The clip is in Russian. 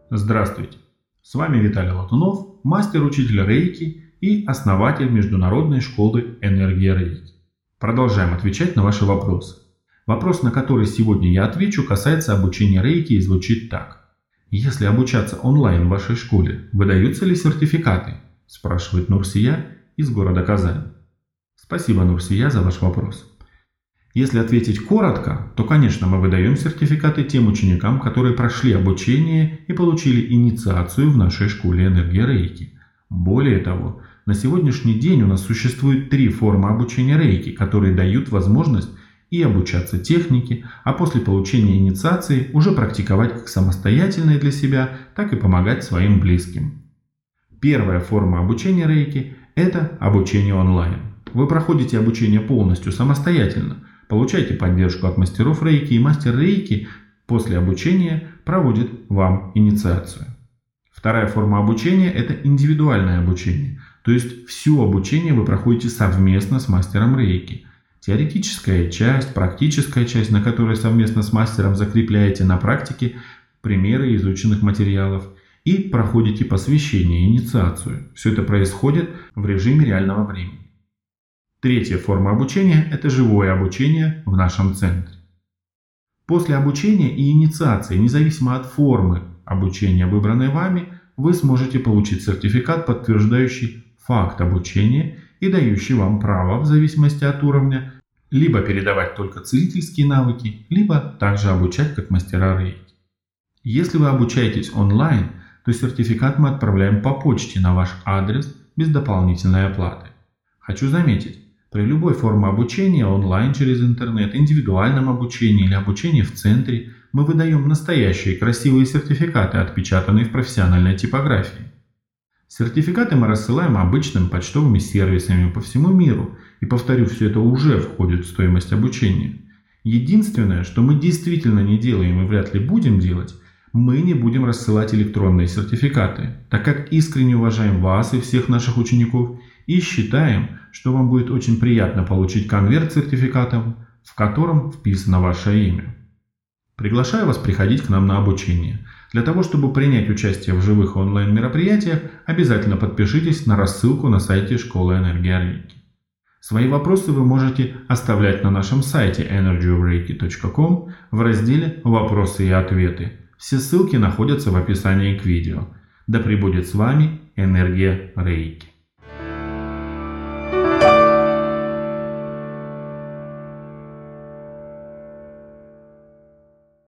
Здравствуйте! С вами Виталий Латунов, мастер-учитель рейки и основатель Международной школы энергии рейки. Продолжаем отвечать на ваши вопросы. Вопрос, на который сегодня я отвечу, касается обучения рейки и звучит так. Если обучаться онлайн в вашей школе, выдаются ли сертификаты? Спрашивает Нурсия из города Казань. Спасибо, Нурсия, за ваш вопрос. Если ответить коротко, то, конечно, мы выдаем сертификаты тем ученикам, которые прошли обучение и получили инициацию в нашей школе энергии рейки. Более того, на сегодняшний день у нас существует 3 формы обучения рейки, которые дают возможность и обучаться технике, а после получения инициации уже практиковать как самостоятельно для себя, так и помогать своим близким. Первая форма обучения рейки – это обучение онлайн. Вы проходите обучение полностью самостоятельно, получаете поддержку от мастеров рейки, и мастер рейки после обучения проводит вам инициацию. Вторая форма обучения – это индивидуальное обучение, то есть все обучение вы проходите совместно с мастером рейки. Теоретическая часть, практическая часть, на которой совместно с мастером закрепляете на практике примеры изученных материалов и проходите посвящение, инициацию. Все это происходит в режиме реального времени. Третья форма обучения – это живое обучение в нашем центре. После обучения и инициации, независимо от формы обучения, выбранной вами, вы сможете получить сертификат, подтверждающий факт обучения и дающий вам право, в зависимости от уровня, либо передавать только целительские навыки, либо также обучать как мастера рейки. Если вы обучаетесь онлайн, то сертификат мы отправляем по почте на ваш адрес без дополнительной оплаты. Хочу заметить, при любой форме обучения, онлайн через интернет, индивидуальном обучении или обучении в центре, мы выдаем настоящие красивые сертификаты, отпечатанные в профессиональной типографии. Сертификаты мы рассылаем обычными почтовыми сервисами по всему миру, и, повторю, все это уже входит в стоимость обучения. Единственное, что мы действительно не делаем и вряд ли будем делать, мы не будем рассылать электронные сертификаты, так как искренне уважаем вас и всех наших учеников и считаем, что вам будет очень приятно получить конверт с сертификатом, в котором вписано ваше имя. Приглашаю вас приходить к нам на обучение. Для того, чтобы принять участие в живых онлайн-мероприятиях, обязательно подпишитесь на рассылку на сайте Школы энергии рейки. Свои вопросы вы можете оставлять на нашем сайте energyofreiki.com в разделе «Вопросы и ответы». Все ссылки находятся в описании к видео. Да пребудет с вами энергия рейки.